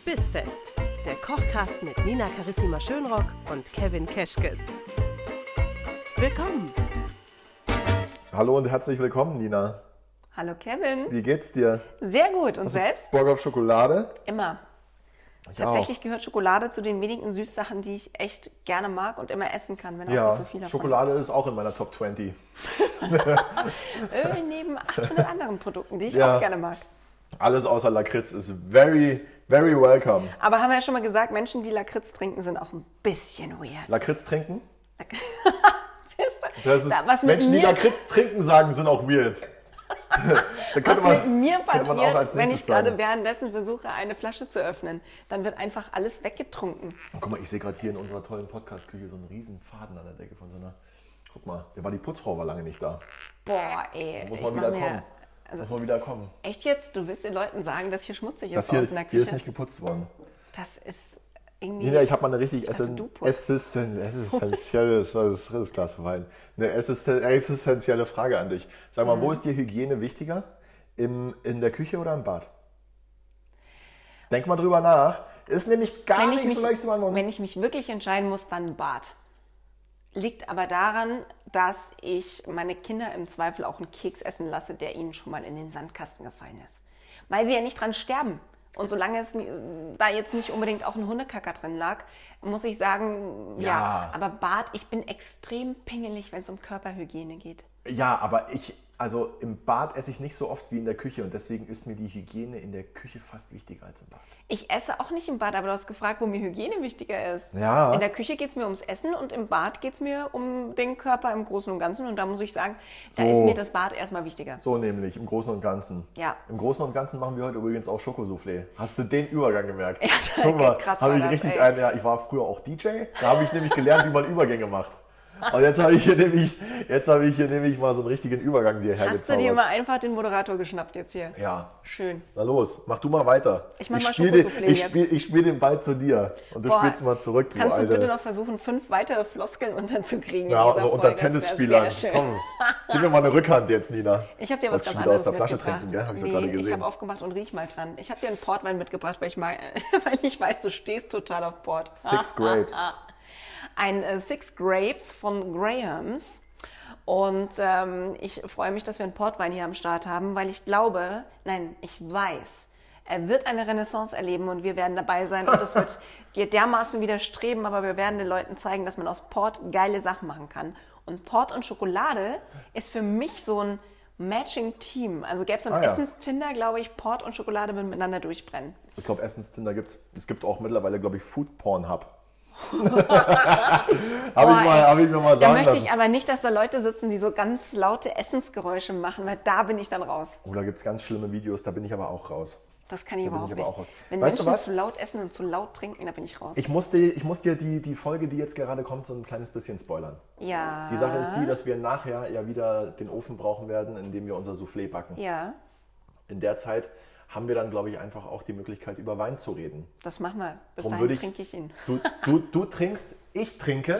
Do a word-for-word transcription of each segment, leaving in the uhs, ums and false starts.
Bissfest, der Kochcast mit Nina Carissima Schönrock und Kevin Keschkes. Willkommen! Hallo und herzlich willkommen, Nina. Hallo Kevin. Wie geht's dir? Sehr gut. Und Hast selbst? Du Bock auf Schokolade? Immer. Ich Tatsächlich auch. gehört Schokolade zu den wenigen Süßsachen, die ich echt gerne mag und immer essen kann, wenn auch Ja, nicht so viel davon. Schokolade ist auch in meiner Top zwanzig. Öl neben achthundert anderen Produkten, die ich Ja. auch gerne mag. Alles außer Lakritz ist very, very welcome. Aber haben wir ja schon mal gesagt, Menschen, die Lakritz trinken, sind auch ein bisschen weird. Lakritz trinken? Siehst du? Das ist, Da, was mit Menschen, die mir, Lakritz trinken, sagen, sind auch weird. Da könnte was man- mit mir könnte man auch passiert, als wenn ich nächstes gerade sagen. währenddessen versuche, eine Flasche zu öffnen, dann wird einfach alles weggetrunken. Guck mal, ich sehe gerade hier in unserer tollen Podcast-Küche so einen riesen Faden an der Decke von so einer... Guck mal, der war die Putzfrau war lange nicht da. Boah, ey. Muss ich man mach wieder mir, kommen. also, Muss man wieder kommen. echt jetzt? Du willst den Leuten sagen, dass hier schmutzig ist Das bei hier, uns in der hier Küche? ist nicht geputzt worden. Das ist irgendwie... Nina, ich habe mal eine richtig dachte, essen, du putzt. essentielle, essentielle, das war das dritte Glas Wein. Eine essisten- essentielle Frage an dich. Sag mal, Mhm. wo ist dir Hygiene wichtiger? Im, in der Küche oder im Bad? Denk mal drüber nach. Ist nämlich gar wenn nicht ich, mich, so leicht zu beantworten. wenn ich mich wirklich entscheiden muss, dann Bad. Liegt aber daran, dass ich meine Kinder im Zweifel auch einen Keks essen lasse, der ihnen schon mal in den Sandkasten gefallen ist. Weil sie ja nicht dran sterben. Und solange es nie- da jetzt nicht unbedingt auch ein Hundekacker drin lag, muss ich sagen, ja. Ja. Aber Bad, ich bin extrem pingelig, wenn es um Körperhygiene geht. Ja, aber ich, also im Bad esse ich nicht so oft wie in der Küche und deswegen ist mir die Hygiene in der Küche fast wichtiger als im Bad. Ich esse auch nicht im Bad, aber du hast gefragt, wo mir Hygiene wichtiger ist. Ja. In der Küche geht es mir ums Essen und im Bad geht es mir um den Körper im Großen und Ganzen. Und da muss ich sagen, da So. ist mir das Bad erstmal wichtiger. So nämlich, im Großen und Ganzen. Ja. Im Großen und Ganzen machen wir heute übrigens auch Schokosoufflé. Hast du den Übergang gemerkt? Ja, Guck mal, krass habe war ich das, richtig ey. einen, ja, ich war früher auch D J, da habe ich nämlich gelernt, wie man Übergänge macht. Und jetzt habe ich hier nämlich, jetzt habe ich hier nämlich mal so einen richtigen Übergang dir Hast du hergezaubert. dir mal einfach den Moderator geschnappt jetzt hier? Ja. Schön. Na los, mach du mal weiter. Ich mach mal spiel den, Schokosoufflé ich jetzt. spiel, ich spiel den Ball zu dir und du Boah, spielst mal zurück, du Kannst du Alte. bitte noch versuchen, fünf weitere Floskeln unterzukriegen Ja, in dieser also unter Folge? Das wär Tennisspielern. sehr schön. Komm, gib mir mal eine Rückhand jetzt, Nina. Ich habe dir was Wolltest ganz du wieder aus anderes der Flasche mitgebracht. trinken, gell? Hab ich so nee, gerade ich gesehen. habe aufgemacht und riech mal dran. Ich habe dir einen Portwein mitgebracht, weil ich, mal, weil ich weiß, du stehst total auf Port. Six Grapes. Ein äh, Six Grapes von Grahams. Und ähm, ich freue mich, dass wir einen Portwein hier am Start haben, weil ich glaube, nein, ich weiß, er wird eine Renaissance erleben und wir werden dabei sein und es wird dir dermaßen widerstreben, aber wir werden den Leuten zeigen, dass man aus Port geile Sachen machen kann. Und Port und Schokolade ist für mich so ein Matching-Team. Also gäbe es so ein Ah, ja. Essenstinder, glaube ich, Port und Schokolade würden miteinander durchbrennen. Ich glaube, Essenstinder gibt's. Es gibt auch mittlerweile, glaube ich, Food Porn Hub. Habe ich, mal- hab ich mir mal Da sagen möchte lassen. ich aber nicht, dass da Leute sitzen, die so ganz laute Essensgeräusche machen, weil da bin ich dann raus. Oh, da gibt es ganz schlimme Videos, da bin ich aber auch raus. Das kann ich Da bin überhaupt ich aber nicht. auch raus. Wenn Weißt du Menschen was? zu laut essen und zu laut trinken, da bin ich raus. Ich muss, dir, ich muss dir die, die Folge, die jetzt gerade kommt, so ein kleines bisschen spoilern. ja. Die Sache ist die, dass wir nachher ja wieder den Ofen brauchen werden, in dem wir unser Soufflé backen. Ja, In der Zeit haben wir dann, glaube ich, einfach auch die Möglichkeit, über Wein zu reden. das machen wir. Bis Drum dahin würde ich- trinke ich ihn. Du, du, du trinkst, ich trinke,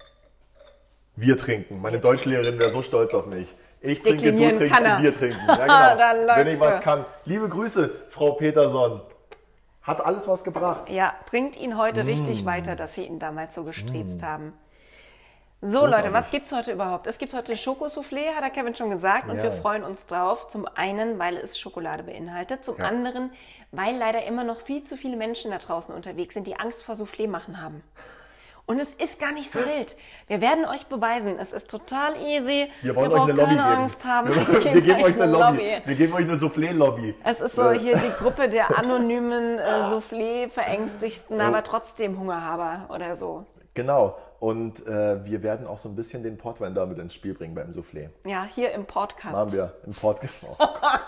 wir trinken. Meine Deutschlehrerin wäre so stolz auf mich. Ich trinke, du Deklinieren trinkst kann er. und wir trinken. Ja, Da genau. läuft's Wenn ich was ja. kann. Liebe Grüße, Frau Peterson. Hat alles was gebracht. Ja, bringt ihn heute Mm. richtig weiter, dass sie ihn damals so gestriezt haben. So Großartig. Leute, was gibt's heute überhaupt? Es gibt heute Schokosoufflé, hat der Kevin schon gesagt, und Ja. wir freuen uns drauf. Zum einen, weil es Schokolade beinhaltet, zum Ja. anderen, weil leider immer noch viel zu viele Menschen da draußen unterwegs sind, die Angst vor Soufflé machen haben. Und es ist gar nicht so wild. Wir werden euch beweisen, es ist total easy. Wir wollen Ihr euch braucht eine Lobby keine geben. Angst haben. Wir, wir geben euch eine Lobby. Lobby. Wir geben euch eine Soufflé-Lobby. Es ist so Äh, hier die Gruppe der anonymen äh, Soufflé-Verängstigsten, Ja. aber trotzdem Hungerhaber oder so. Genau. Und äh, wir werden auch so ein bisschen den Portwein damit ins Spiel bringen beim Soufflé. Ja, hier im Podcast. Machen wir im Podcast. Oh.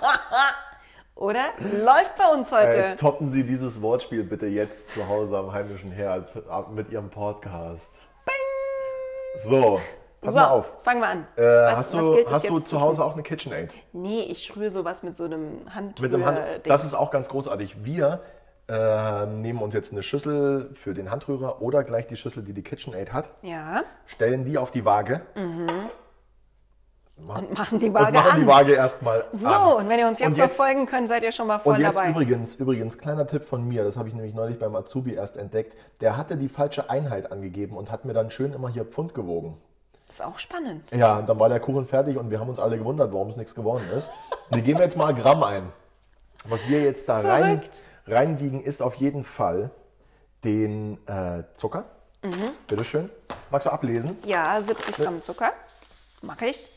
Oder? Läuft bei uns heute. Äh, toppen Sie dieses Wortspiel bitte jetzt zu Hause am heimischen Herd ab mit Ihrem Podcast. So, pass so, mal auf. fangen wir an. Äh, Was- hast was du, gilt es hast du jetzt zu Hause auch eine KitchenAid? Nee, ich rühre sowas mit so einem Handrühr. Mit einem Hand, das ist auch ganz großartig. Wir äh, nehmen uns jetzt eine Schüssel für den Handrührer oder gleich die Schüssel, die die KitchenAid hat, Ja. stellen die auf die Waage. Und machen die und Waage machen an. die Waage erstmal So, an. und wenn ihr uns jetzt, Und noch jetzt- folgen könnt, seid ihr schon mal voll Und jetzt dabei. übrigens, übrigens, kleiner Tipp von mir, das habe ich nämlich neulich beim Azubi erst entdeckt, der hatte die falsche Einheit angegeben und hat mir dann schön immer hier Pfund gewogen. Das ist auch spannend. Ja, dann war der Kuchen fertig und wir haben uns alle gewundert, warum es nichts geworden ist. Und wir geben jetzt mal Gramm ein. Was wir jetzt da rein, Verrückt. reinwiegen, ist auf jeden Fall den äh, Zucker. Mhm. Bitteschön. Magst du ablesen? Ja, siebzig Gramm Zucker. Mache ich.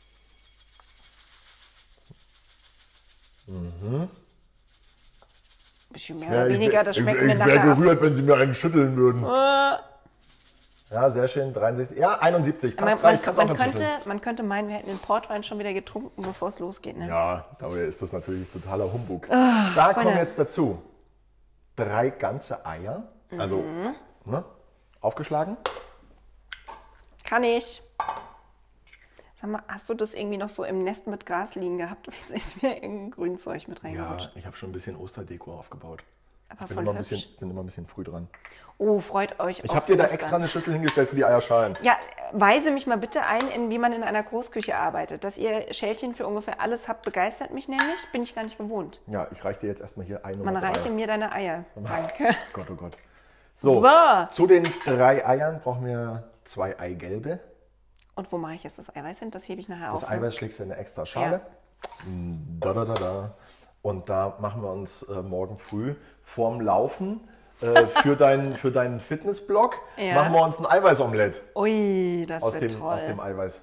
Mhm. Bisschen mehr oder weniger, das schmeckt mir nachher ab. gerührt, wenn Sie mir einen schütteln würden. Äh, Ja, sehr schön. dreiundsechzig. Ja, einundsiebzig. Passt Man, rein. man, Kannst auch man, inzwischen. könnte, man könnte meinen, wir hätten den Portwein schon wieder getrunken, bevor es losgeht. Ne? Ja, dabei ist das natürlich totaler Humbug. da kommen Freunde. jetzt dazu drei ganze Eier, also Mhm. ne, aufgeschlagen. Kann ich. Sag mal, hast du das irgendwie noch so im Nest mit Gras liegen gehabt? Jetzt ist mir irgendein Grünzeug mit Ja, reingerutscht. ich habe schon ein bisschen Osterdeko aufgebaut. Aber Bin voll immer, ein hübsch. bisschen, bin immer ein bisschen früh dran. Oh, freut euch Ich auf habe dir da Ostern. extra eine Schüssel hingestellt für die Eierschalen. Ja, weise mich mal bitte ein, in, wie man in einer Großküche arbeitet. Dass ihr Schälchen für ungefähr alles habt, begeistert mich nämlich. Bin ich gar nicht gewohnt. Ja, ich reiche dir jetzt erstmal hier ein Nummer Man drei. reiche mir deine Eier. Danke. Gott, oh Gott. So, So. zu den drei Eiern brauchen wir zwei Eigelbe. Und wo mache ich jetzt das Eiweiß hin? Das hebe ich nachher Das auf. ne? Eiweiß schlägst du in eine extra Schale. Da, da, da, da. Und da machen wir uns äh, morgen früh vorm Laufen äh, für, dein, für deinen Fitnessblog Ja. machen wir uns ein Eiweißomelett Ui, das aus wird dem, toll. aus dem Eiweiß.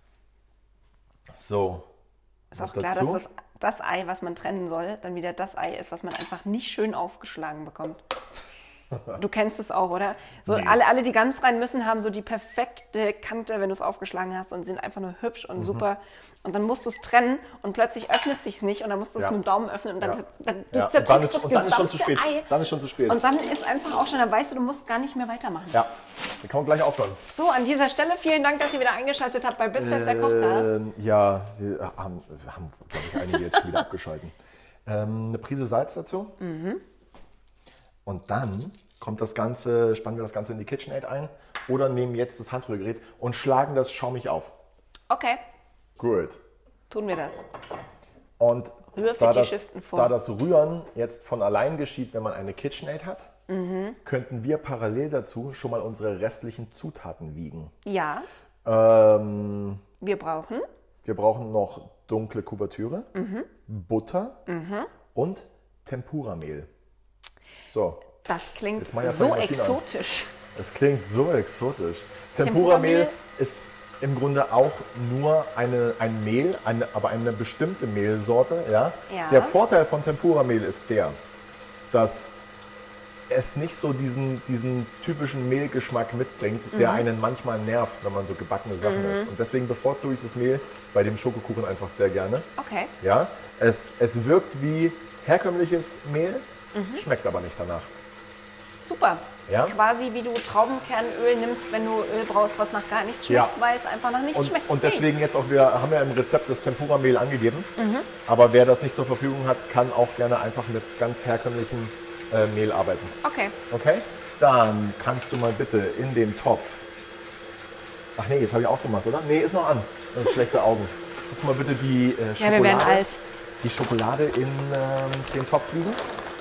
So. Ist auch Und klar, dazu? dass das, das Ei, was man trennen soll, dann wieder das Ei ist, was man einfach nicht schön aufgeschlagen bekommt. Du kennst es auch, oder? So Nee. alle, alle, die ganz rein müssen, haben so die perfekte Kante, wenn du es aufgeschlagen hast und sind einfach nur hübsch Mhm. und super. Und dann musst du es trennen und plötzlich öffnet sich nicht und dann musst du es Ja. mit dem Daumen öffnen und dann, Ja. dann du Ja, und zerdrückst dann ist, das und dann ist schon zu gesamte spät. Ei. Dann ist schon zu spät. Und dann ist einfach auch schon, dann weißt du, du musst gar nicht mehr weitermachen. Ja, dann kann man gleich aufhören. So, an dieser Stelle vielen Dank, dass ihr wieder eingeschaltet habt bei Bissfest, der Kochcast. Ähm, ja, sie äh, haben, haben glaube ich, einige jetzt schon wieder abgeschalten. Ähm, eine Prise Salz dazu. Mhm. Und dann kommt das Ganze, spannen wir das Ganze in die KitchenAid ein oder nehmen jetzt das Handrührgerät und schlagen das schaumig auf. Okay, Gut. tun wir das. Und da das, Rührfetischisten vor. da das Rühren jetzt von allein geschieht, wenn man eine KitchenAid hat, Mhm. könnten wir parallel dazu schon mal unsere restlichen Zutaten wiegen. Ja, Ähm, wir brauchen wir brauchen noch dunkle Kuvertüre, Mhm. Butter und Tempura-Mehl. So, Das klingt Jetzt mach ich so erstmal die Maschine an. exotisch. das klingt so exotisch. Tempura-Mehl Tempura-Mehl ist im Grunde auch nur eine, ein Mehl, eine, aber eine bestimmte Mehlsorte. Ja? Ja. Der Vorteil von Tempura-Mehl ist der, dass es nicht so diesen, diesen typischen Mehlgeschmack mitbringt, der Mhm. einen manchmal nervt, wenn man so gebackene Sachen isst. Und deswegen bevorzuge ich das Mehl bei dem Schokokuchen einfach sehr gerne. Okay. Ja? Es, es wirkt wie herkömmliches Mehl, Mhm. schmeckt aber nicht danach. Super. Ja? Quasi wie du Traubenkernöl nimmst, wenn du Öl brauchst, was nach gar nichts schmeckt, Ja. weil es einfach nach nichts Und, schmeckt. und deswegen jetzt auch, wir haben ja im Rezept das Tempura-Mehl angegeben, Mhm. aber wer das nicht zur Verfügung hat, kann auch gerne einfach mit ganz herkömmlichem äh, Mehl arbeiten. Okay. Okay? Dann kannst du mal bitte in den Topf. Ach nee, jetzt habe ich ausgemacht, oder? Nee, ist noch an. Das sind schlechte Augen. Jetzt mal bitte die äh, Ja, Schokolade, wir werden alt. die Schokolade in ähm, den Topf liegen.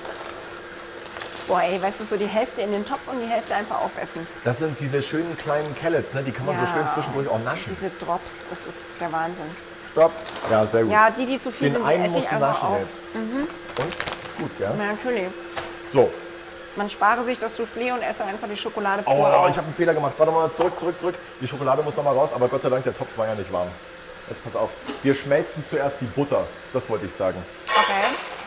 Boah, ey, weißt du, so die Hälfte in den Topf und die Hälfte einfach aufessen. Das sind diese schönen kleinen Pellets, ne? Die kann man so Ja. schön zwischendurch auch naschen. Diese Drops, das ist der Wahnsinn. Stopp. Ja, sehr gut. Ja, die, die zu viel den sind, die einen esse musst ich du einfach naschen auf. jetzt. Und? Ist gut, ja? Na, natürlich. So. Man spare sich das Soufflé und esse einfach die Schokolade pur Oh, auf. ich habe einen Fehler gemacht. Warte mal, zurück, zurück, zurück. Die Schokolade muss noch mal raus, aber Gott sei Dank, der Topf war ja nicht warm. Jetzt pass auf. Wir schmelzen zuerst die Butter. Das wollte ich sagen. Okay.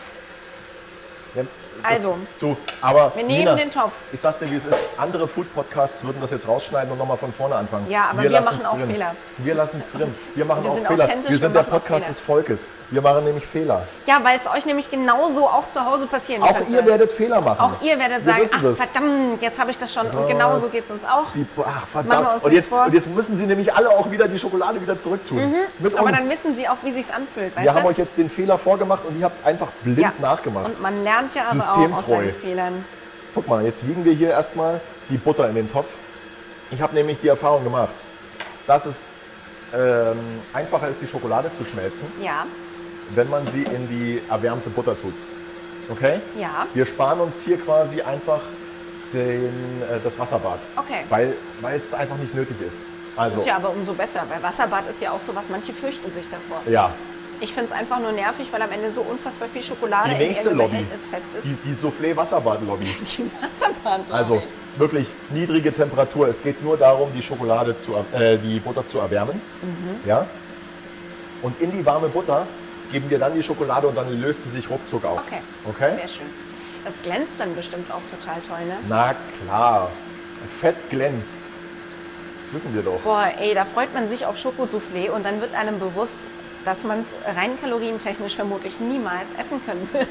Ja, das, Also, du, aber wir nehmen Nina, den Topf. Ich sag's dir, wie es ist. Andere Food-Podcasts würden das jetzt rausschneiden und nochmal von vorne anfangen. Ja, aber wir lassen's machen auch drin. Fehler. Wir lassen es drin. Wir machen Wir auch sind Fehler. authentisch, Wir sind wir der machen auch Podcast Fehler. des Volkes. Wir machen nämlich Fehler. Ja, weil es euch nämlich genauso auch zu Hause passieren Auch könnte. ihr werdet Fehler machen. Auch ihr werdet Wir sagen, wissen ach das. verdammt, jetzt habe ich das schon. Und genau so geht es uns auch. Die, ach, Machen wir verdammt. uns Und nichts jetzt, vor. und jetzt müssen sie nämlich alle auch wieder die Schokolade wieder zurücktun. Mit Aber uns. dann wissen sie auch, wie sich's anfühlt, weißt Wir du? haben euch jetzt den Fehler vorgemacht und ihr habt es einfach blind Ja. nachgemacht. Und man lernt ja aber auch aus Systemtreu. seinen Fehlern. Guck mal, jetzt wiegen wir hier erstmal die Butter in den Topf. Ich habe nämlich die Erfahrung gemacht, dass es ähm, einfacher ist, die Schokolade zu schmelzen, Ja, wenn man sie in die erwärmte Butter tut. Okay? ja. Wir sparen uns hier quasi einfach den, äh, das Wasserbad. Okay. Weil weil es einfach nicht nötig ist. Das Also, ist ja aber umso besser, weil Wasserbad ist ja auch sowas, manche fürchten sich davor. ja. Ich finde es einfach nur nervig, weil am Ende so unfassbar viel Schokolade Die in nächste irgendeinem Lobby, Behältnis fest ist. die, die Soufflé-Wasserbad-Lobby. Die Wasserbad. Also wirklich niedrige Temperatur. Es geht nur darum, die Schokolade zu, äh, die Butter zu erwärmen. Mhm. Ja? Und in die warme Butter geben wir dann die Schokolade und dann löst sie sich ruckzuck auf. Okay. Okay? Sehr schön. Das glänzt dann bestimmt auch total toll, ne? Na klar. Fett glänzt. Das wissen wir doch. Boah, ey, da freut man sich auf Schokosoufflé und dann wird einem bewusst, dass man es rein kalorientechnisch vermutlich niemals essen können will.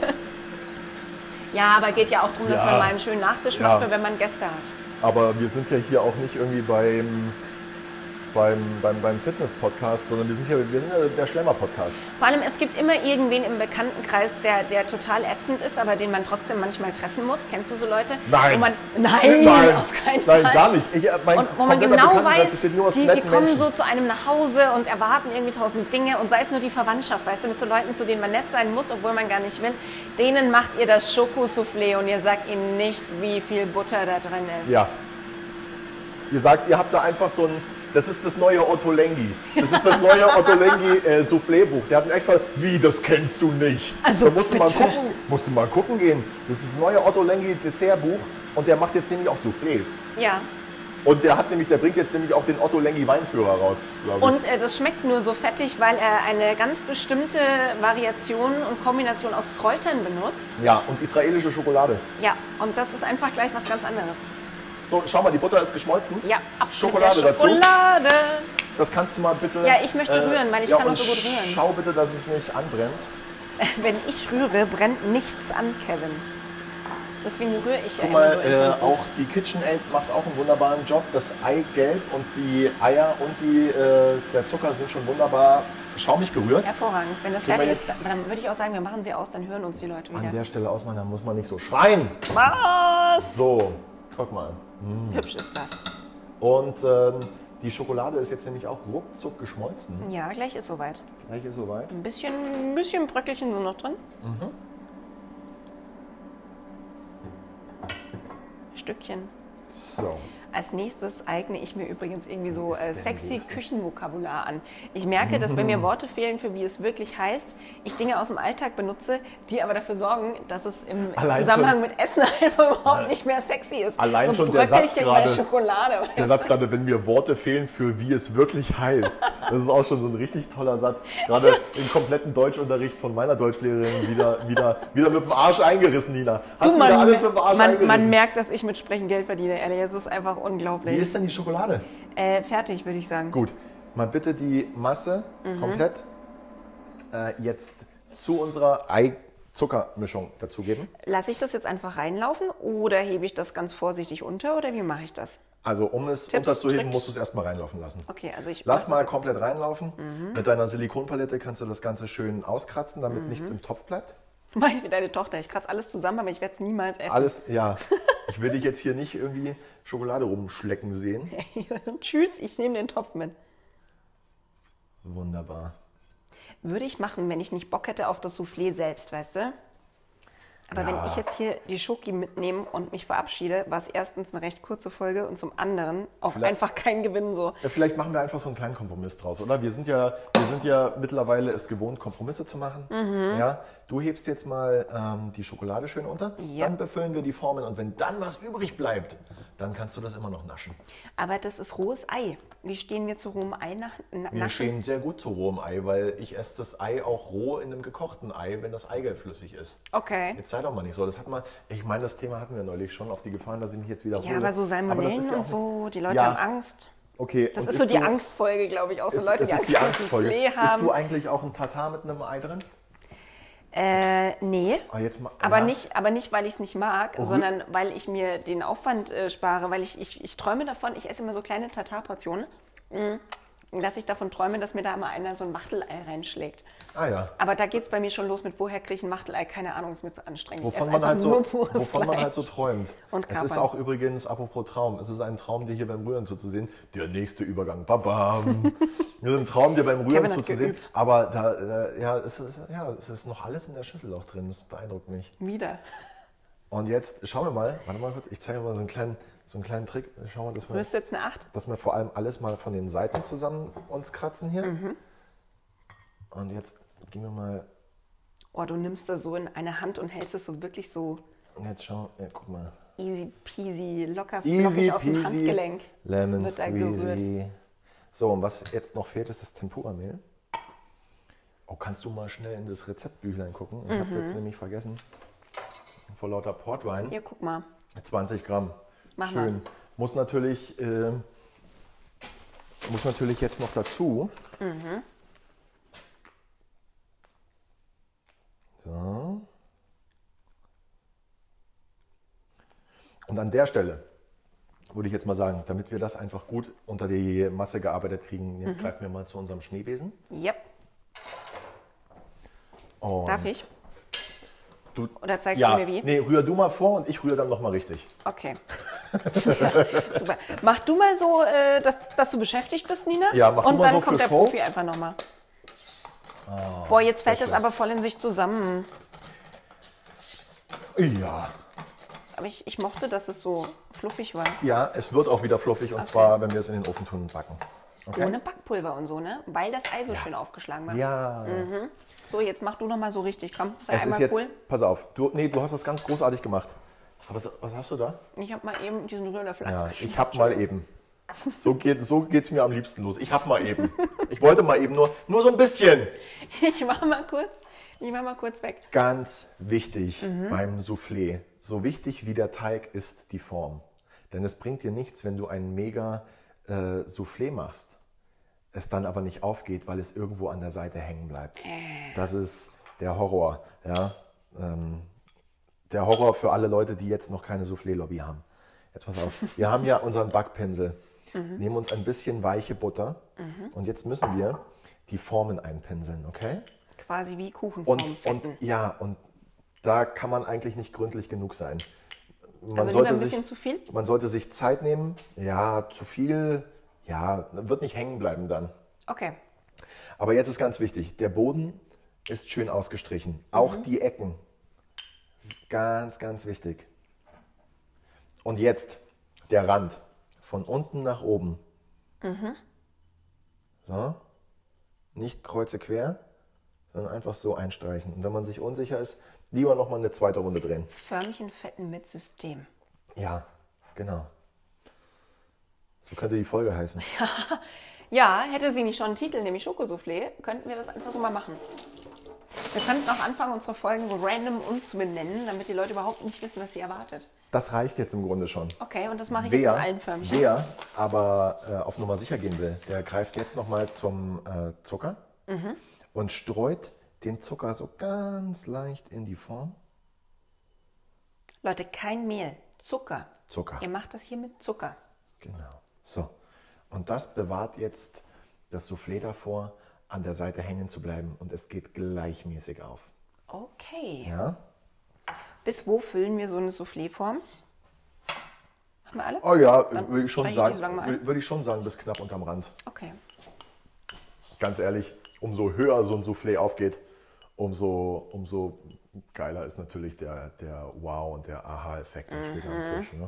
Ja, aber geht ja auch darum, dass Ja. man mal einen schönen Nachtisch Ja. macht, wenn man Gäste hat. Aber wir sind ja hier auch nicht irgendwie beim, beim, beim, beim Fitness-Podcast, sondern wir sind ja, wir sind ja der Schlemmer-Podcast. Vor allem, es gibt immer irgendwen im Bekanntenkreis, der, der total ätzend ist, aber den man trotzdem manchmal treffen muss. Kennst du so Leute? Nein. Wo man, nein, Nein, auf keinen nein, Fall. gar nicht. Ich, äh, mein Und wo man kompletter genau Bekanntenkreis weiß, besteht nur aus die, die netten kommen Menschen. so zu einem nach Hause und erwarten irgendwie tausend Dinge und sei es nur die Verwandtschaft, weißt du, mit so Leuten, zu denen man nett sein muss, obwohl man gar nicht will, denen macht ihr das Schokosoufflé und ihr sagt ihnen nicht, wie viel Butter da drin ist. Ja. Ihr sagt, ihr habt da einfach so ein, das ist das neue Otto Lengi. Das ist das neue Otto Lengi äh, Soufflé-Buch. Der hat ein extra, wie, das kennst du nicht. Also da musst du mal bitte. gucken, musst du mal gucken gehen. Das ist das neue Otto Lengi Dessertbuch und der macht jetzt nämlich auch Soufflés. Ja. Und der hat nämlich, der bringt jetzt nämlich auch den Otto Lengi Weinführer raus, glaube ich. Und äh, das schmeckt nur so fettig, weil er eine ganz bestimmte Variation und Kombination aus Kräutern benutzt. Ja, und israelische Schokolade. Ja, und das ist einfach gleich was ganz anderes. So, schau mal, die Butter ist geschmolzen. Ja, ab mit Schokolade der dazu. Schokolade. Das kannst du mal bitte... Ja, ich möchte rühren, weil ich ja, kann auch und so gut rühren. Schau bitte, dass es nicht anbrennt. Wenn ich rühre, brennt nichts an, Kevin. Deswegen rühre ich ja Guck immer mal, so äh, intensiv. auch die KitchenAid macht auch einen wunderbaren Job. Das Eigelb und die Eier und die, äh, der Zucker sind schon wunderbar schaumig gerührt. Hervorragend. Wenn das Tun wir fertig jetzt- ist, dann würde ich auch sagen, wir machen sie aus, dann hören uns die Leute wieder. An der Stelle ausmachen, dann muss man nicht so schreien. Was? So, guck mal. Hübsch ist das. Und ähm, die Schokolade ist jetzt nämlich auch ruckzuck geschmolzen. Ja, gleich ist soweit. Gleich ist soweit. Ein bisschen, ein bisschen Bröckelchen sind noch drin. Mhm. Stückchen. So. Als nächstes eigne ich mir übrigens irgendwie so Was äh, ist denn sexy los? Küchenvokabular an. Ich merke, dass wenn mir Worte fehlen, für wie es wirklich heißt, ich Dinge aus dem Alltag benutze, die aber dafür sorgen, dass es im Allein Zusammenhang schon- mit Essen einfach überhaupt nicht mehr sexy ist. Allein so ein schon der Satz Bröckelchen bei gerade- Schokolade. Der weißt Satz du? gerade, wenn mir Worte fehlen, für wie es wirklich heißt. Das ist auch schon so ein richtig toller Satz. Gerade im kompletten Deutschunterricht von meiner Deutschlehrerin wieder, wieder, wieder mit dem Arsch eingerissen, Nina. Hast du, man, wieder alles mit dem Arsch man, eingerissen? man merkt, dass ich mit Sprechen Geld verdiene, ehrlich. Es ist einfach Wie unglaublich. ist denn die Schokolade? Äh, fertig, würde ich sagen. Gut, mal bitte die Masse Mhm. komplett äh, jetzt zu unserer Ei-Zuckermischung dazugeben. Lasse ich das jetzt einfach reinlaufen oder hebe ich das ganz vorsichtig unter oder wie mache ich das? Also um es Tipps, unterzuheben, Tricks? musst du es erstmal reinlaufen lassen. Okay, also ich Lass mach mal das- komplett reinlaufen. Mhm. Mit deiner Silikonpalette kannst du das Ganze schön auskratzen, damit nichts im Topf bleibt. Mach ich wie deine Tochter. Ich kratze alles zusammen, aber ich werde es niemals essen. Alles, ja. Ich will dich jetzt hier nicht irgendwie Schokolade rumschlecken sehen. Tschüss, ich nehme den Topf mit. Wunderbar. Würde ich machen, wenn ich nicht Bock hätte auf das Soufflé selbst, weißt du? Aber Ja. wenn ich jetzt hier die Schoki mitnehme und mich verabschiede, war es erstens eine recht kurze Folge und zum anderen auch Vielleicht- einfach kein Gewinn so. Ja, vielleicht machen wir einfach so einen kleinen Kompromiss draus, oder? Wir sind ja, wir sind ja mittlerweile es gewohnt, Kompromisse zu machen. Mhm. Ja, du hebst jetzt mal ähm, die Schokolade schön unter, Ja. dann befüllen wir die Formen und wenn dann was übrig bleibt, dann kannst du das immer noch naschen. Aber das ist rohes Ei. Wie stehen wir zu rohem Ei nach, na, Wir naschen? stehen sehr gut zu rohem Ei, weil ich esse das Ei auch roh in einem gekochten Ei, wenn das Eigelb flüssig ist. Okay. Jetzt sei doch mal nicht so. Das hat mal, ich meine, das Thema hatten wir neulich schon, auf die Gefahren, dass ich mich jetzt wiederhole. Ja, aber so das Salmonellen ist ja und auch- so, die Leute Ja. haben Angst. Okay. Das und ist so isst die du- Angstfolge, glaube ich, auch so Ist, Leute, es die ist Angst die vor Angstfolge. Soufflé Isst haben. du eigentlich auch ein Tatar mit einem Ei drin? Äh, nee. Ah, jetzt mal, Aber, ja. nicht, aber nicht, weil ich es nicht mag, Oh, sondern weil ich mir den Aufwand äh, spare, weil ich, ich, ich träume davon, ich esse immer so kleine Tatar-Portionen. Mm. dass ich davon träume, dass mir da mal einer so ein Wachtelei reinschlägt. Ah ja. Aber da geht es bei mir schon los mit, woher kriege ich ein Wachtelei? Keine Ahnung, ist mir zu anstrengend. Ich Wovon, esse man einfach halt, so, nur pures wovon man halt so Fleisch. träumt. Und es ist Kapern. auch übrigens, apropos Traum, es ist ein Traum, dir hier beim Rühren zuzusehen. Der nächste Übergang. Babam. Es ist ein Traum, dir beim Rühren Kevin hat zuzusehen. geübt. Aber da, äh, ja, es ist, ja, es ist noch alles in der Schüssel auch drin. Das beeindruckt mich. Wieder. Und jetzt schauen wir mal, warte mal kurz, ich zeige mal so einen kleinen, so einen kleinen Trick. Schauen wir, dass wir, Rührst du jetzt eine acht? dass wir vor allem alles mal von den Seiten zusammen uns kratzen hier. Mhm. Und jetzt gehen wir mal, Oh, du nimmst das so in eine Hand und hältst es so wirklich so jetzt schau, ja, guck mal. easy peasy, locker Easy flockig aus dem peasy, Handgelenk. Lemon wird da gerührt. squeezy. So, und was jetzt noch fehlt, ist das Tempura-Mehl. Oh, kannst du mal schnell in das Rezeptbüchlein gucken? Ich habe jetzt nämlich vergessen, vor lauter Portwein, Hier, guck mal. zwanzig Gramm. Mach Schön. Muss natürlich, äh, muss natürlich jetzt noch dazu. Mhm. So. Und an der Stelle würde ich jetzt mal sagen, damit wir das einfach gut unter die Masse gearbeitet kriegen, Mhm. greifen wir mal zu unserem Schneebesen. Yep. Und Darf ich? Du, Oder zeigst ja, du mir wie? nee, rühr du mal vor und ich rühre dann nochmal richtig. Okay. Ja, super. Mach du mal so, äh, dass, dass du beschäftigt bist, Nina. Ja, mach du Und mal dann so kommt für der Show. Profi einfach nochmal. Boah, jetzt fällt sehr das schön. aber voll in sich zusammen. Ja. Aber ich, ich mochte, dass es so fluffig war. Ja, es wird auch wieder fluffig und zwar, wenn wir es in den Ofen tun und backen. Okay? Ohne Backpulver und so, ne? Weil das Ei so schön aufgeschlagen war. Ja. So, jetzt mach du nochmal so richtig. Komm, sei Es ist einmal jetzt, cool. pass auf, du, nee, du hast das ganz großartig gemacht. Aber was, was hast du da? Ich habe mal eben diesen Rührlöffel Ja, abgeschnitten. ich hab mal eben. So geht so geht's mir am liebsten los. Ich hab mal eben. Ich wollte mal eben nur, nur so ein bisschen. Ich war mal kurz, ich war mal kurz weg. Ganz wichtig beim Soufflé. So wichtig wie der Teig ist die Form. Denn es bringt dir nichts, wenn du ein mega äh, Soufflé machst, es dann aber nicht aufgeht, weil es irgendwo an der Seite hängen bleibt. Das ist der Horror. Ja? Ähm, der Horror für alle Leute, die jetzt noch keine Soufflé-Lobby haben. Jetzt pass auf. Wir haben ja unseren Backpinsel. Nehmen uns ein bisschen weiche Butter und jetzt müssen wir die Formen einpinseln, okay? Quasi wie Kuchenform Und, fetten. und ja, und da kann man eigentlich nicht gründlich genug sein. Man Also lieber sollte ein bisschen sich, zu viel? Man sollte sich Zeit nehmen. Ja, zu viel, ja, wird nicht hängen bleiben dann. Okay. Aber jetzt ist ganz wichtig, der Boden ist schön ausgestrichen. Auch die Ecken. Ganz, ganz wichtig. Und jetzt der Rand. Von unten nach oben. So. Nicht kreuze quer, sondern einfach so einstreichen. Und wenn man sich unsicher ist, lieber nochmal eine zweite Runde drehen. Förmchen fetten mit System. Ja, genau. So könnte die Folge heißen. Ja, hätte sie nicht schon einen Titel, nämlich Schokosoufflé, könnten wir das einfach so mal machen. Wir könnten auch anfangen, unsere Folgen so random umzubenennen, damit die Leute überhaupt nicht wissen, was sie erwartet. Das reicht jetzt im Grunde schon. Okay, und das mache ich jetzt Wer, mit allen Förmchen. wer aber äh, auf Nummer sicher gehen will, der greift jetzt nochmal zum äh, Zucker und streut den Zucker so ganz leicht in die Form. Leute, kein Mehl, Zucker. Zucker. Ihr macht das hier mit Zucker. Genau. So. Und das bewahrt jetzt das Soufflé davor, an der Seite hängen zu bleiben und es geht gleichmäßig auf. Okay. Ja? Bis wo füllen wir so eine Soufflé-Form? Machen wir alle? Oh ja, Dann würde ich, schon streiche ich die sagen, so lange mal ein. würde würde ich schon sagen, bis knapp unterm Rand. Okay. Ganz ehrlich, umso höher so ein Soufflé aufgeht, umso, umso geiler ist natürlich der, der Wow- und der Aha-Effekt dann später am Tisch. Ne?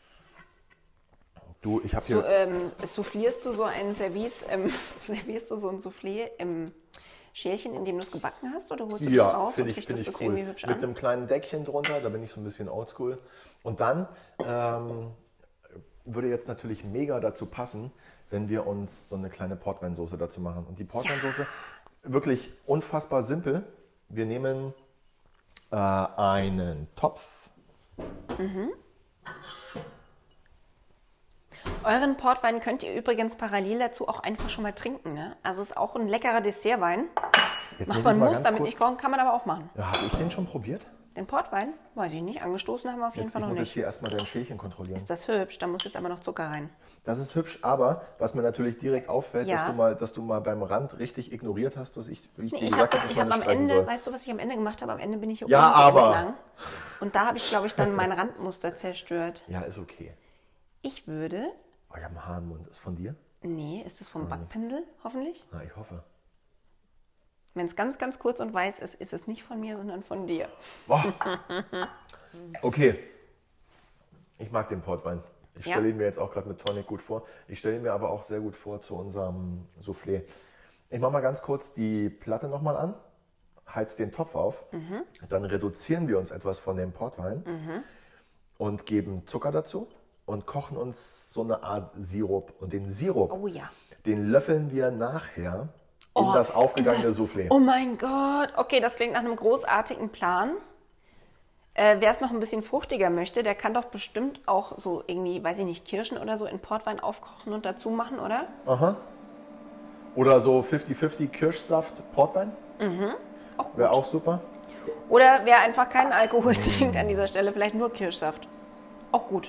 Du, ich habe hier... So, ähm, soufflierst du so ein Service, ähm, servierst du so ein Soufflé im Schälchen, in dem du es gebacken hast, oder holst du das Ja, raus finde und ich, richtest find ich das cool. irgendwie hübsch Mit an? einem kleinen Deckchen drunter, da bin ich so ein bisschen oldschool. Und dann ähm, würde jetzt natürlich mega dazu passen, wenn wir uns so eine kleine Portweinsoße dazu machen. Und die Portweinsoße, wirklich unfassbar simpel. Wir nehmen äh, einen Topf. Euren Portwein könnt ihr übrigens parallel dazu auch einfach schon mal trinken. Ne? Also ist auch ein leckerer Dessertwein. Jetzt Macht muss man ich mal muss, ganz damit kurz- nicht kochen, kann man aber auch machen. Ja, habe ich den schon probiert? Den Portwein? Weiß ich nicht. Angestoßen haben wir auf jeden Jetzt, Fall ich noch muss jetzt nicht. hier erstmal dein Schälchen kontrollieren. Ist das hübsch? Da muss jetzt aber noch Zucker rein. Das ist hübsch, aber was mir natürlich direkt auffällt, Ja. dass, du mal, dass du mal beim Rand richtig ignoriert hast, dass ich, wie ich Nee, dir ich habe gesagt habe, dass ich ich hab meine am streichen Ende, soll. weißt du, was ich am Ende gemacht habe? Am Ende bin ich hier Ja, oben so aber. entlang. Und da habe ich, glaube ich, dann mein Randmuster zerstört. Ja, ist okay. Ich würde... Oh, ich habe einen Haar im Mund. Ist von dir? Nee, ist es vom Backpinsel, hoffentlich? Na, ich hoffe. Wenn es ganz, ganz kurz und weiß ist, ist es nicht von mir, sondern von dir. Boah. Okay. Ich mag den Portwein. Ich Ja. stelle ihn mir jetzt auch gerade mit Tonic gut vor. Ich stelle ihn mir aber auch sehr gut vor zu unserem Soufflé. Ich mache mal ganz kurz die Platte nochmal an, heiz den Topf auf, Mhm. dann reduzieren wir uns etwas von dem Portwein und geben Zucker dazu und kochen uns so eine Art Sirup. Und den Sirup, Oh ja. den löffeln wir nachher in Oh, das aufgegangene in das- Soufflé. Oh mein Gott. Okay, das klingt nach einem großartigen Plan. Äh, Wer es noch ein bisschen fruchtiger möchte, der kann doch bestimmt auch so irgendwie, weiß ich nicht, Kirschen oder so in Portwein aufkochen und dazu machen, oder? Aha. Oder so fünfzig fünfzig Kirschsaft, Portwein. Auch gut. Wäre auch super. Oder wer einfach keinen Alkohol trinkt an dieser Stelle, vielleicht nur Kirschsaft. Auch gut.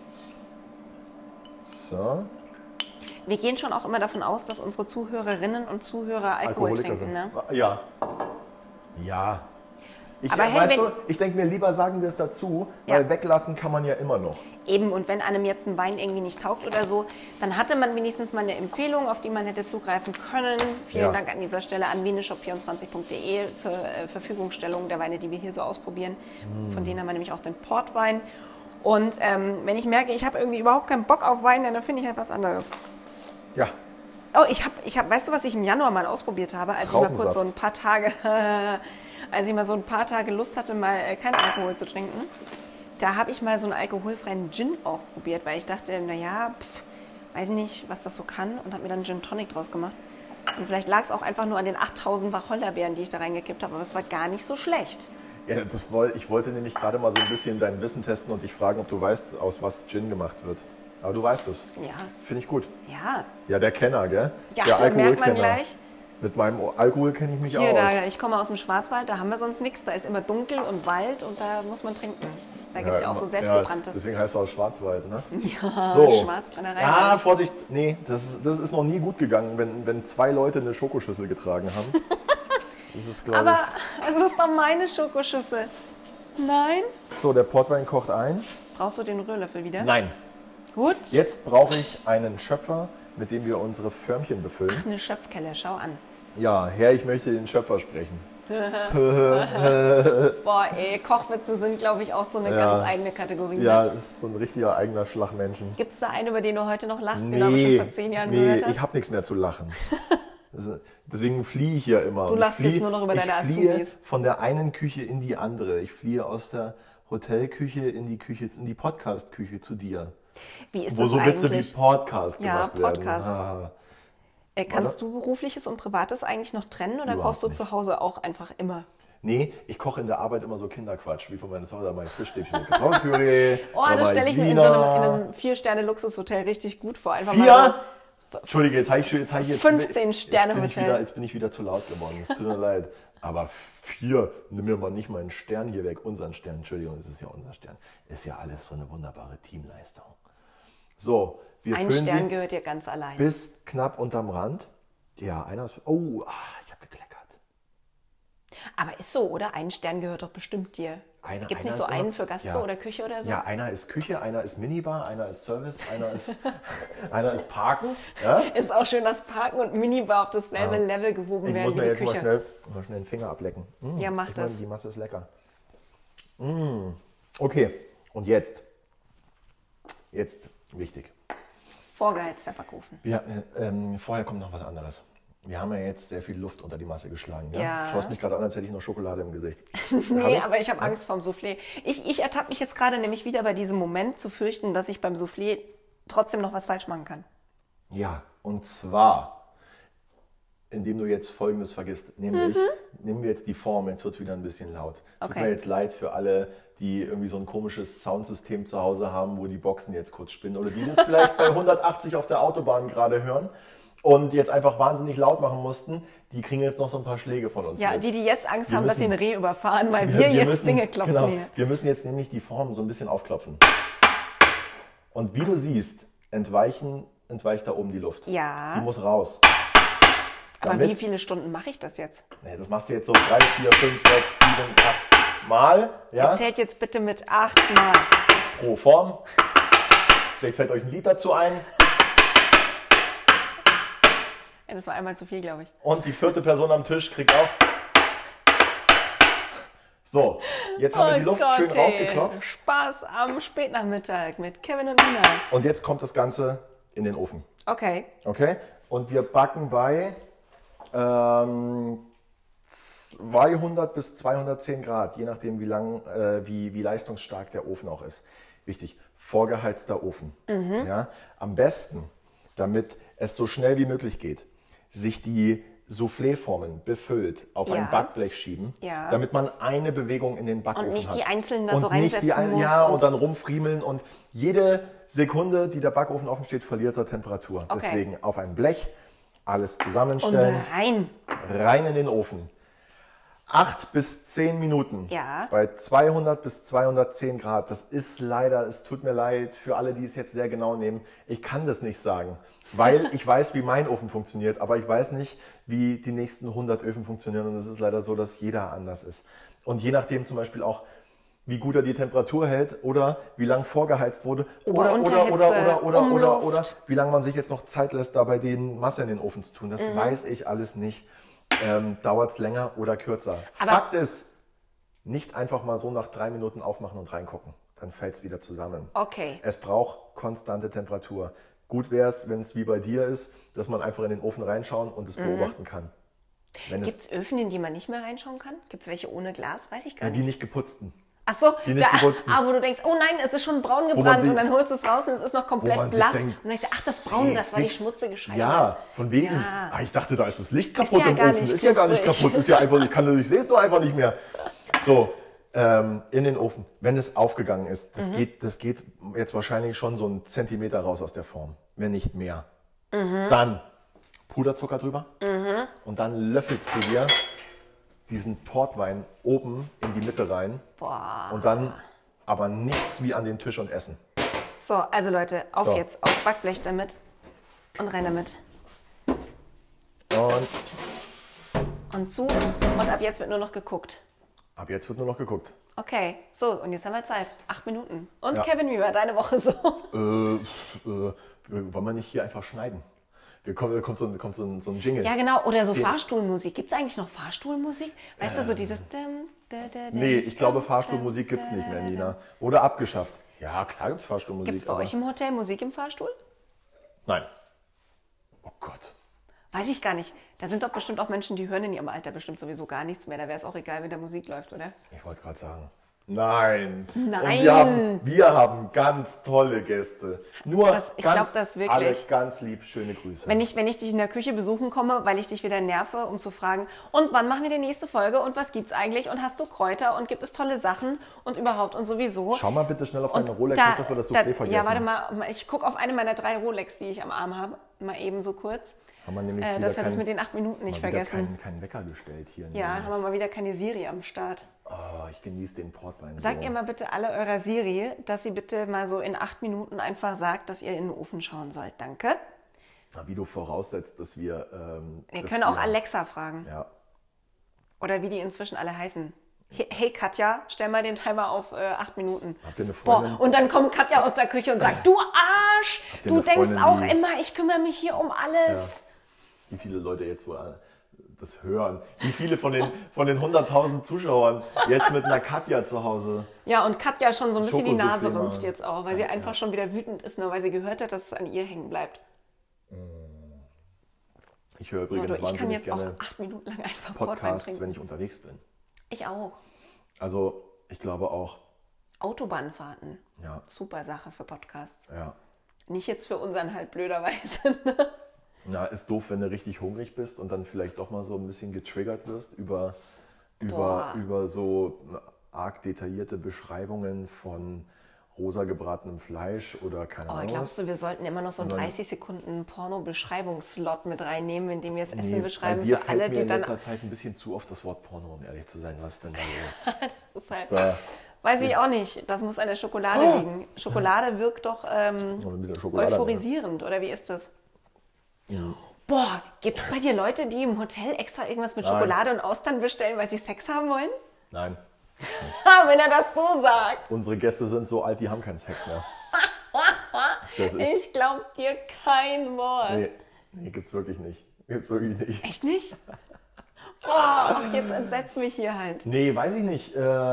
So. Wir gehen schon auch immer davon aus, dass unsere Zuhörerinnen und Zuhörer Alkohol Alkoholiker trinken, sind. ne? Ja. Ja. Ich, Aber hey, weißt wenn- du, ich denke mir, lieber sagen wir es dazu, Ja. weil weglassen kann man ja immer noch. Eben, und wenn einem jetzt ein Wein irgendwie nicht taugt oder so, dann hatte man wenigstens mal eine Empfehlung, auf die man hätte zugreifen können. Vielen Ja. Dank an dieser Stelle an wieneshop vierundzwanzig punkt de zur äh, Verfügungstellung der Weine, die wir hier so ausprobieren. Von denen haben wir nämlich auch den Portwein. Und ähm, wenn ich merke, ich habe irgendwie überhaupt keinen Bock auf Wein, dann finde ich halt was anderes. Ja. Oh, ich habe, ich hab, weißt du, was ich im Januar mal ausprobiert habe, als ich mal kurz Traubensaft. so ein paar Tage, als ich mal so ein paar Tage Lust hatte, mal äh, keinen Alkohol zu trinken. Da habe ich mal so einen alkoholfreien Gin auch probiert, weil ich dachte, naja, pff, weiß nicht, was das so kann, und habe mir dann Gin Tonic draus gemacht. Und vielleicht lag es auch einfach nur an den achttausend Wacholderbeeren, die ich da reingekippt habe, aber es war gar nicht so schlecht. Ja, das woll, ich wollte nämlich gerade mal so ein bisschen dein Wissen testen und dich fragen, ob du weißt, aus was Gin gemacht wird. Aber du weißt es. Ja, Finde ich gut. ja. Ja, der Kenner, gell? Ja, der da merkt man Alkoholkenner. gleich. Mit meinem Alkohol kenne ich mich Hier, aus. da, ich komme aus dem Schwarzwald, da haben wir sonst nichts. Da ist immer dunkel und Wald und da muss man trinken. Da gibt es ja auch so immer- selbstgebranntes. Ja, deswegen heißt es auch Schwarzwald, ne? Ja, So. Schwarzbrennerei. Ja, Vorsicht. Nee, das, ist- das ist noch nie gut gegangen, wenn, wenn zwei Leute eine Schokoschüssel getragen haben. Das ist, glaube Aber es ist doch meine Schokoschüssel. Nein? ich. So, der Portwein kocht ein. Brauchst du den Rührlöffel wieder? Nein. Gut. Jetzt brauche ich einen Schöpfer, mit dem wir unsere Förmchen befüllen. Eine Schöpfkelle, schau an. Ja, Herr, ich möchte den Schöpfer sprechen. Boah, ey, Kochwitze sind, glaube ich, auch so eine Ja. ganz eigene Kategorie. Ja, das ist so ein richtiger eigener Schlagmenschen. Gibt es da einen, über den du heute noch lachst, den du aber schon vor zehn Jahren nee, gehört hast? ich habe nichts mehr zu lachen. Das ist- Deswegen fliehe ich ja immer. Du Und ich lachst jetzt fliehe- nur noch über ich deine fliehe Azubis. von der einen Küche in die andere. Ich fliehe aus der Hotelküche in die Küche, in die Podcast-Küche zu dir. Wie ist Wo das so Witze wie eigentlich? Podcast Ja, gemacht Podcast. werden. Ah. Äh, kannst du Berufliches und Privates eigentlich noch trennen oder Überhaupt kochst du nicht. zu Hause auch einfach immer? Nee, ich koche in der Arbeit immer so Kinderquatsch, wie von meiner Tochter, mein Fischstäbchen mit Kartoffelpüree. Oh, oder das mein stelle ich mir in so einem, in Wiener. einem Vier-Sterne-Luxushotel richtig gut vor. Einfach Vier? mal Entschuldige, jetzt habe ich, jetzt hab ich jetzt, fünfzehn jetzt bin, ich Sterne-Hotel. wieder, jetzt bin ich wieder zu laut geworden. Es tut mir leid. Aber vier, nimm mir mal nicht meinen Stern hier weg, unseren Stern. Entschuldigung, es ist ja unser Stern. Ist ja alles so eine wunderbare Teamleistung. So, wir so, ein füllen Stern sie gehört dir ganz allein. bis knapp unterm Rand. Ja, einer ist. Oh, ah, ich habe gekleckert. Aber ist so, oder? Ein Stern gehört doch bestimmt dir. Einer- Gibt es nicht einer so ist einen immer- für Gastro ja. oder Küche oder so? Ja, einer ist Küche, einer ist Minibar, einer ist Service, einer ist, einer ist Parken. Ja? Ist auch schön, dass Parken und Minibar auf dasselbe Level gehoben Ich werden muss wie mir die jetzt mal Küche. schnell, mal schnell den Finger ablecken. Mm, Ja, mach ich das. Meine, die Masse ist lecker. Mm. Okay, und jetzt, jetzt wichtig. Vorgeheizter Backofen. Wir, äh, ähm, vorher kommt noch was anderes. Wir haben ja jetzt sehr viel Luft unter die Masse geschlagen. Ja? Ja. Du schaust mich gerade an, als hätte ich noch Schokolade im Gesicht. Nee, Hab ich? aber ich habe Angst vorm Soufflé. Ich, ich ertappe mich jetzt gerade nämlich wieder bei diesem Moment zu fürchten, dass ich beim Soufflé trotzdem noch was falsch machen kann. Ja, und zwar, indem du jetzt Folgendes vergisst, nämlich, nehmen wir jetzt die Form, jetzt wird es wieder ein bisschen laut. Tut Okay. mir jetzt leid für alle, die irgendwie so ein komisches Soundsystem zu Hause haben, wo die Boxen jetzt kurz spinnen oder die das vielleicht bei hundertachtzig auf der Autobahn gerade hören. und jetzt einfach wahnsinnig laut machen mussten, die kriegen jetzt noch so ein paar Schläge von uns. Ja, mit. die, die jetzt Angst Wir haben, dass sie müssen- ein Reh überfahren, weil wir, wir jetzt müssen, Dinge klopfen Genau, hier. wir müssen jetzt nämlich die Form so ein bisschen aufklopfen. Und wie du siehst, entweichen, entweicht da oben die Luft. Ja. Die muss raus. Aber Damit- wie viele Stunden mache ich das jetzt? Nee, das machst du jetzt so drei, vier, fünf, sechs, sieben, acht Mal. Ja? Zählt jetzt bitte mit achtmal. Pro Form. Vielleicht fällt euch ein Lied dazu ein. Ja, das war einmal zu viel, glaube ich. Und die vierte Person am Tisch kriegt auch. So, jetzt haben wir die Luft Oh Gott, schön ey. rausgeklopft. Spaß am Spätnachmittag mit Kevin und Nina. Und jetzt kommt das Ganze in den Ofen. Okay. Okay? Und wir backen bei ähm, zweihundert bis zweihundertzehn Grad, je nachdem, wie lang, äh, wie, wie leistungsstark der Ofen auch ist. Wichtig, vorgeheizter Ofen. Ja? Am besten, damit es so schnell wie möglich geht, sich die Soufflé-Formen befüllt auf ein Ja. Backblech schieben, Ja. damit man eine Bewegung in den Backofen Und nicht hat. die einzelnen da Und so nicht die reinsetzen ein- muss Ja, und- und dann rumfriemeln und jede Sekunde, die der Backofen offen steht, verliert er Temperatur. Okay. Deswegen auf ein Blech, alles Und zusammenstellen, rein. rein in den Ofen. Acht bis zehn Minuten Ja. bei zweihundert bis zweihundertzehn Grad. Das ist leider, es tut mir leid für alle, die es jetzt sehr genau nehmen. Ich kann das nicht sagen, weil ich weiß, wie mein Ofen funktioniert, aber ich weiß nicht, wie die nächsten hundert Öfen funktionieren. Und es ist leider so, dass jeder anders ist. Und je nachdem zum Beispiel auch, wie gut er die Temperatur hält oder wie lang vorgeheizt wurde oder, oder, Unterhitze, oder, oder, oder, oder, Umluft. oder wie lange man sich jetzt noch Zeit lässt, dabei den Masse in den Ofen zu tun. Das Mhm. weiß ich alles nicht. Ähm, Dauert es länger oder kürzer? Aber- Fakt ist, nicht einfach mal so nach drei Minuten aufmachen und reingucken. Dann fällt es wieder zusammen. Okay. Es braucht konstante Temperatur. Gut wäre es, wenn es wie bei dir ist, dass man einfach in den Ofen reinschauen und Mhm. es beobachten kann. Wenn Gibt es es Öfen, in die man nicht mehr reinschauen kann? Gibt es welche ohne Glas? Weiß ich gar ja, die nicht. nicht geputzten. Ach so, die nicht da, geputzten. ah, wo du denkst, oh nein, es ist schon braun man gebrannt sich- und dann holst du es raus und es ist noch Wo komplett man sich blass. denkt, und dann denkst du, ach, das Braun, das war die fix. schmutzige Scheibe. Ja, von wegen. Ja. Ah, ich dachte, da ist das Licht kaputt ja im gar Ofen. nicht Ist ja gar nicht knusprig. kaputt. Ist ja einfach, ich kann, ich sehe es nur einfach nicht mehr. So, ähm, in den Ofen. Wenn es aufgegangen ist, das, Mhm. geht, das geht jetzt wahrscheinlich schon so einen Zentimeter raus aus der Form, wenn nicht mehr. Mhm. Dann Puderzucker drüber und dann löffelst du dir diesen Portwein oben in die Mitte rein Boah. und dann aber nichts wie an den Tisch und essen. So, also Leute, auf So. jetzt, auf Backblech damit und rein damit. Und Und zu und ab jetzt wird nur noch geguckt. ab jetzt wird nur noch geguckt. Okay, so, und jetzt haben wir Zeit. Acht Minuten. Und Ja. Kevin, wie war deine Woche so? Äh, äh, wollen wir nicht hier einfach schneiden? Wir kommen, da kommt so ein, kommt so ein, so ein Jingle. Ja, genau, oder so Den- Fahrstuhlmusik. Gibt es eigentlich noch Fahrstuhlmusik? Weißt du, so dieses... dim, da, da, dim, Nee, ich glaube, dim, Fahrstuhlmusik dim, gibt es nicht da, mehr, da, dim. Nina. Oder abgeschafft. Ja, klar gibt es Fahrstuhlmusik. Gibt es bei aber- euch im Hotel Musik im Fahrstuhl? Nein. Oh Gott. Weiß ich gar nicht. Da sind doch bestimmt auch Menschen, die hören in ihrem Alter bestimmt sowieso gar nichts mehr. Da wäre es auch egal, wenn da Musik läuft, oder? Ich wollte gerade sagen. Nein. Nein. Und wir haben, wir haben ganz tolle Gäste. Nur Das- ich ganz, glaub das wirklich. alle ganz lieb, schöne Grüße. Wenn ich, wenn ich dich in der Küche besuchen komme, weil ich dich wieder nerve, um zu fragen, und wann machen wir die nächste Folge und was gibt's eigentlich und hast du Kräuter und gibt es tolle Sachen und überhaupt und sowieso. Schau mal bitte schnell auf Und deine Rolex, da- nicht, dass wir das da- Soufflé vergessen. Ja, warte mal, ich gucke auf eine meiner drei Rolex, die ich am Arm habe, mal eben so kurz, Haben wir nämlich äh, wieder dass wir das kein- mit den acht Minuten nicht mal wieder vergessen. Keinen kein Wecker gestellt hier. Ja, Nina. haben wir mal wieder keine Siri am Start. Oh, ich genieße den Portwein. Sagt so. ihr mal bitte alle eurer Siri, dass sie bitte mal so in acht Minuten einfach sagt, dass ihr in den Ofen schauen sollt. Danke. Na, wie du voraussetzt, dass wir... Ähm, Wir dass können auch wir- Alexa fragen. Ja. Oder wie die inzwischen alle heißen. He- Hey Katja, stell mal den Timer auf äh, acht Minuten. Habt ihr eine Freundin? Boah, und dann kommt Katja aus der Küche und sagt, du Arsch, ihr du eine denkst Freundin, auch die- immer, ich kümmere mich hier um alles. Wie viele Leute jetzt wohl das hören. Wie viele von den, von den hunderttausend Zuschauern jetzt mit einer Katja zu Hause. Ja, und Katja schon so ein bisschen die Schokosoufflé Nase machen. rümpft jetzt auch, weil sie einfach schon wieder wütend ist, nur weil sie gehört hat, dass es an ihr hängen bleibt. Ich höre Boah, übrigens du, ich kann wahnsinnig jetzt auch gerne acht Minuten lang einfach Portwein Podcasts, trinken. wenn ich unterwegs bin. Ich auch. Also ich glaube auch, Autobahnfahrten. ja, Super Sache für Podcasts. ja. Nicht jetzt für unseren halt blöderweise. Ne? Na, ist doof, wenn du richtig hungrig bist und dann vielleicht doch mal so ein bisschen getriggert wirst über, über, Boah. über so arg detaillierte Beschreibungen von rosa gebratenem Fleisch oder keine Oh, Ahnung. glaubst du, wir sollten immer noch so einen dann- dreißig Sekunden Porno-Beschreibungsslot mit reinnehmen, in dem wir das Essen Nee, beschreiben bei dir für fällt alle, mir die in dann... letzter Zeit ein bisschen zu oft das Wort Porno, um ehrlich zu sein. Was ist denn da los? Das ist halt... Da, Weiß ich auch nicht. Das muss an der Schokolade Oh. liegen. Schokolade wirkt doch ähm, Oder mit der Schokolade, euphorisierend, oder wie ist das? Boah, gibt es bei dir Leute, die im Hotel extra irgendwas mit Nein. Schokolade und Austern bestellen, weil sie Sex haben wollen? Nein, Ha, wenn er das so sagt. unsere Gäste sind so alt, die haben keinen Sex mehr. Das ist, Ich glaub dir kein Wort. nee, nee, gibt's wirklich nicht. Gibt's wirklich nicht. Echt nicht? Boah, ach, jetzt entsetzt mich hier halt. Nee, weiß ich nicht.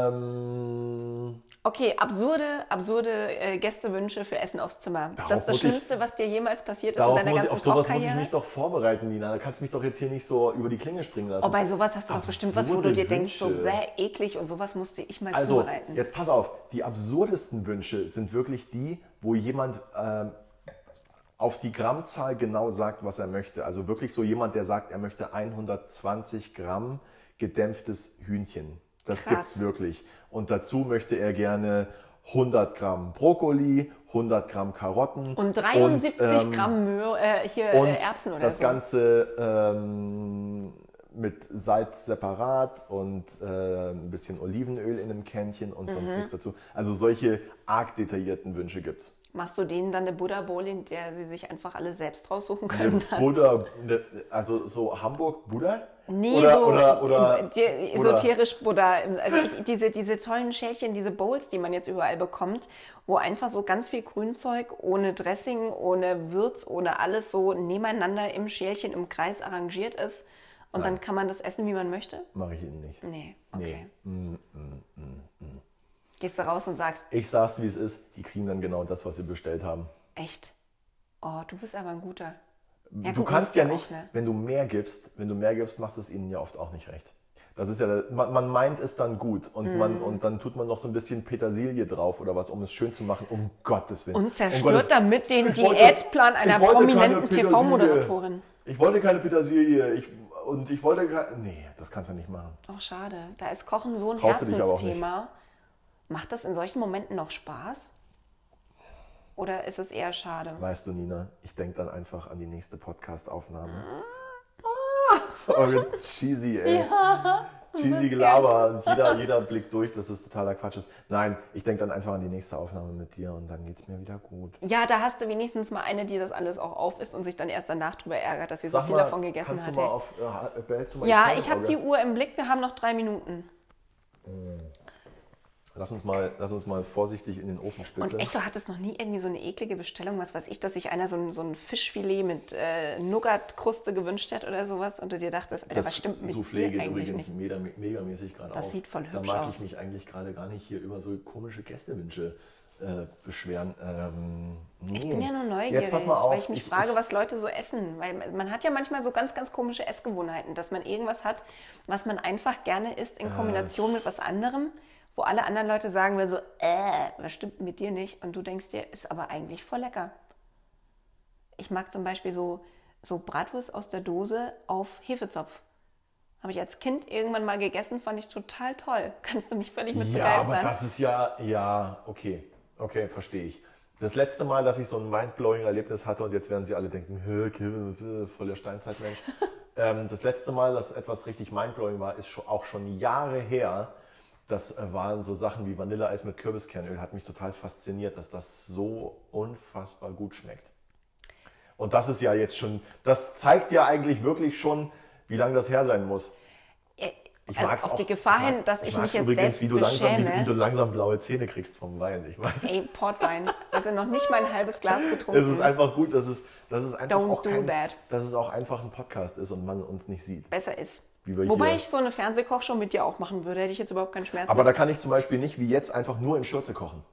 Ähm, Okay, absurde, absurde äh, Gästewünsche für Essen aufs Zimmer. Darauf Das ist das muss ich- Schlimmste, was dir jemals passiert ist in darauf deiner muss ich, ganzen auf sowas muss ich Kochkarriere? mich doch vorbereiten, Nina. Da kannst du mich doch jetzt hier nicht so über die Klinge springen lassen. Oh, bei sowas hast du doch bestimmt was, wo du Absurde dir denkst, so Wünsche. bäh, eklig und sowas musste ich mal Also, zubereiten. jetzt pass auf. Die absurdesten Wünsche sind wirklich die, wo jemand ähm, auf die Grammzahl genau sagt, was er möchte. Also wirklich so jemand, der sagt, er möchte hundertzwanzig Gramm gedämpftes Hühnchen. Das Krass. gibt's wirklich. Und dazu möchte er gerne hundert Gramm Brokkoli, hundert Gramm Karotten. Und dreiundsiebzig und, ähm, Gramm Möhr, äh, hier und äh, Erbsen oder das so. Ganze ähm, mit Salz separat und äh, ein bisschen Olivenöl in einem Kännchen und Mhm. sonst nichts dazu. Also solche arg detaillierten Wünsche gibt's. Machst du denen dann eine Buddha Bowl, in der sie sich einfach alle selbst raussuchen können? Buddha, ne, also so Hamburg Buddha? Nee, oder, so oder, oder, im- die- esoterisch Buddha. Also ich, diese, diese tollen Schälchen, diese Bowls, die man jetzt überall bekommt, wo einfach so ganz viel Grünzeug, ohne Dressing, ohne Würz, ohne alles so nebeneinander im Schälchen im Kreis arrangiert ist. Und Nein. dann kann man das essen, wie man möchte? Mache ich Ihnen nicht. Nee, okay. Nee. Gehst du raus und sagst, Ich sag's, wie es ist. Die kriegen dann genau das, was sie bestellt haben. echt? Oh, du bist aber ein guter. Ja, Du gut, kannst musst ja auch, nicht, ne? wenn du mehr gibst, wenn du mehr gibst, machst du es ihnen ja oft auch nicht recht. Das ist ja, der- man, man meint es dann gut und, man, Mhm. und dann tut man noch so ein bisschen Petersilie drauf oder was, um es schön zu machen, um Gottes Willen. Und um zerstört Gottes- damit den Ich wollte- Diätplan einer ich wollte keine prominenten Petersilie. T V-Moderatorin. Ich wollte keine Petersilie ich, und ich wollte keine, nee, das kannst du nicht machen. Doch, schade. Da ist Kochen so ein Traust du dich aber auch Herzensthema. Macht das in solchen Momenten noch Spaß? Oder ist es eher schade? Weißt du, Nina, ich denke dann einfach an die nächste Podcast-Aufnahme. Ah. Oh, cheesy, ey. cheesy Gelaber und jeder, jeder blickt durch, dass es totaler Quatsch ist. Nein, ich denke dann einfach an die nächste Aufnahme mit dir und dann geht es mir wieder gut. Ja, da hast du wenigstens mal eine, die das alles auch aufisst und sich dann erst danach drüber ärgert, dass sie so Sag viel mal, davon gegessen kannst hat. Du mal ey. auf, äh, behältst du mal Ja, Zeit ich im habe die Auge? Uhr im Blick. Wir haben noch drei Minuten. Lass uns, mal, lass uns mal vorsichtig in den Ofen Und spitzeln. echt, du hattest noch nie irgendwie so eine eklige Bestellung, was weiß ich, dass sich einer so ein, so ein Fischfilet mit äh, Nougat-Kruste gewünscht hat oder sowas und du dir dachtest, Alter, was stimmt mit Soufflé dir geht eigentlich übrigens nicht? mega, megamäßig gerade auf. Das sieht voll Da hübsch mag aus. ich mich eigentlich gerade gar nicht hier über so komische Gästewünsche äh, beschweren. Ähm, nee. Ich bin ja nur neugierig, Jetzt pass mal auf. weil ich mich frage, was Leute so essen. Weil man hat ja manchmal so ganz, ganz komische Essgewohnheiten, dass man irgendwas hat, was man einfach gerne isst in Kombination mit was anderem, wo alle anderen Leute sagen würden so, äh, was stimmt mit dir nicht? Und du denkst dir, ist aber eigentlich voll lecker. Ich mag zum Beispiel so, so Bratwurst aus der Dose auf Hefezopf. Habe ich als Kind irgendwann mal gegessen, fand ich total toll. Kannst du mich völlig mit Ja, begeistern. aber das ist ja, ja, okay, okay, verstehe ich. Das letzte Mal, dass ich so ein mindblowing Erlebnis hatte und jetzt werden sie alle denken, hä, Kevin, voll der Steinzeitmensch. ähm, das letzte Mal, dass etwas richtig mindblowing war, ist schon, auch schon Jahre her. Das äh, waren so Sachen wie Vanilleeis mit Kürbiskernöl. Hat mich total fasziniert, dass das so unfassbar gut schmeckt. Und das ist ja jetzt schon, das zeigt ja eigentlich wirklich schon, wie lange das her sein muss. Ich also mag's auf auch- die Gefahr ich hin, mag's- dass ich, mag's mich jetzt übrigens, selbst wie du langsam, wie, beschäme. wie du langsam blaue Zähne kriegst vom Wein. Ich weiß. Ey, Portwein. Also noch nicht mal ein halbes Glas getrunken. Es ist einfach gut, dass es, dass es einfach Don't auch do kein, that. dass es auch einfach ein Podcast ist und man uns nicht sieht. Besser ist. Wie wir Wobei hier. ich so eine Fernsehkochshow mit dir auch machen würde, hätte ich jetzt überhaupt keinen Schmerz. Aber mit. da kann ich zum Beispiel nicht wie jetzt einfach nur in Schürze kochen.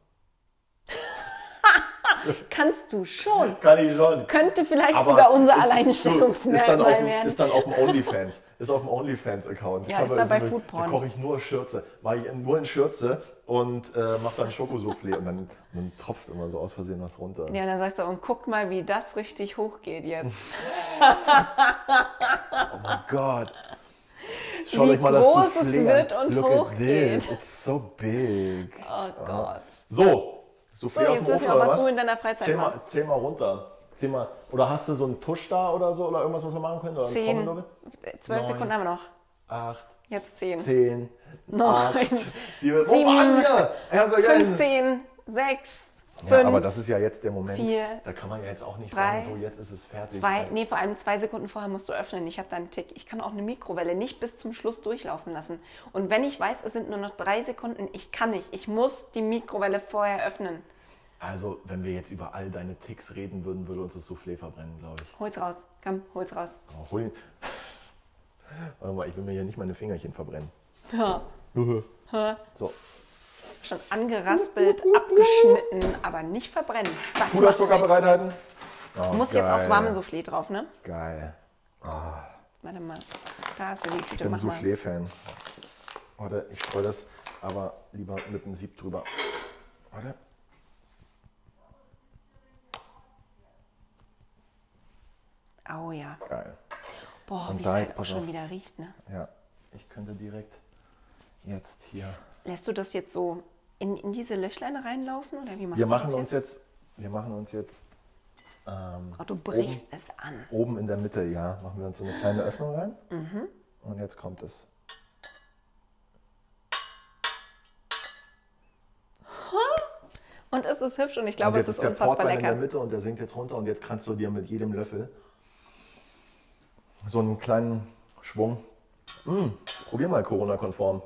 Kannst du schon. Kann ich schon. Könnte vielleicht Aber sogar unser ist- ist dann, Alleinstellungsmerkmal auf, dem- werden. ist dann auf dem OnlyFans. Ist auf dem OnlyFans-Account. Ja, Kann ist man da bei so eine- Foodporn. Da koche ich nur Schürze. Mache ich nur in Schürze und äh, mache dann Schokosoufflé und dann, und dann tropft immer so aus Versehen was runter. Ja, dann sagst du, und guck mal, wie das richtig hochgeht jetzt. Oh mein Gott. Schaut Wie euch mal das groß es Soufflé wird an. und Look at hochgeht. this. It's so big. Oh Gott. So, So, Soufflé aus jetzt dem wissen Ofen wir auch, oder was was? du in deiner Freizeit Zähl mal, machst. zähl mal runter. Zähl mal. Oder hast du so einen Tusch da oder so? Oder irgendwas, was wir machen können? Oder einen Zehn, Trommelwirbel? zwölf Neun. Sekunden haben wir noch. Acht, Jetzt zehn. zehn, Neun. acht, sieben. Wo Sieben. waren wir? Ja, so geil. fünfzehn, sechs, Ja, fünf, aber das ist ja jetzt der Moment. vier, da kann man ja jetzt auch nicht drei, sagen, so jetzt ist es fertig. zwei, nee, vor allem zwei Sekunden vorher musst du öffnen. Ich habe da einen Tick. Ich kann auch eine Mikrowelle nicht bis zum Schluss durchlaufen lassen. Und wenn ich weiß, es sind nur noch drei Sekunden, ich kann nicht. Ich muss die Mikrowelle vorher öffnen. Also, wenn wir jetzt über all deine Ticks reden würden, würde uns das Soufflé verbrennen, glaube ich. Hol's raus. Komm, hol's raus. Oh, hol ihn. Warte mal, ich will mir hier nicht meine Fingerchen verbrennen. Ja. So. Schon angeraspelt, abgeschnitten, aber nicht verbrennen. Das macht Puderzucker direkt. bereithalten. Oh, Muss jetzt aufs geil. warme Soufflé drauf, ne? Geil. Warte mal. Da hast du die Ich Tüte. bin Mach mal. Soufflé-Fan. Warte, ich streue das aber lieber mit dem Sieb drüber. Warte. Oh ja. Geil. Boah, Und wie da es jetzt, halt auch pass schon auf. wieder riecht, ne? Ja, ich könnte direkt jetzt hier. Lässt du das jetzt so in, in diese Löchlein reinlaufen oder wie machst Wir du machen das uns jetzt, wir machen uns jetzt ähm, Oh, du brichst es an. oben in der Mitte, ja, machen wir uns so eine kleine Öffnung rein. Mhm. Und jetzt kommt es. Und es ist hübsch und ich Und glaube, jetzt es ist der unfassbar Portwein in der lecker. Mitte und der sinkt jetzt runter und jetzt kannst du dir mit jedem Löffel so einen kleinen Schwung. Mm, probier mal Corona-konform.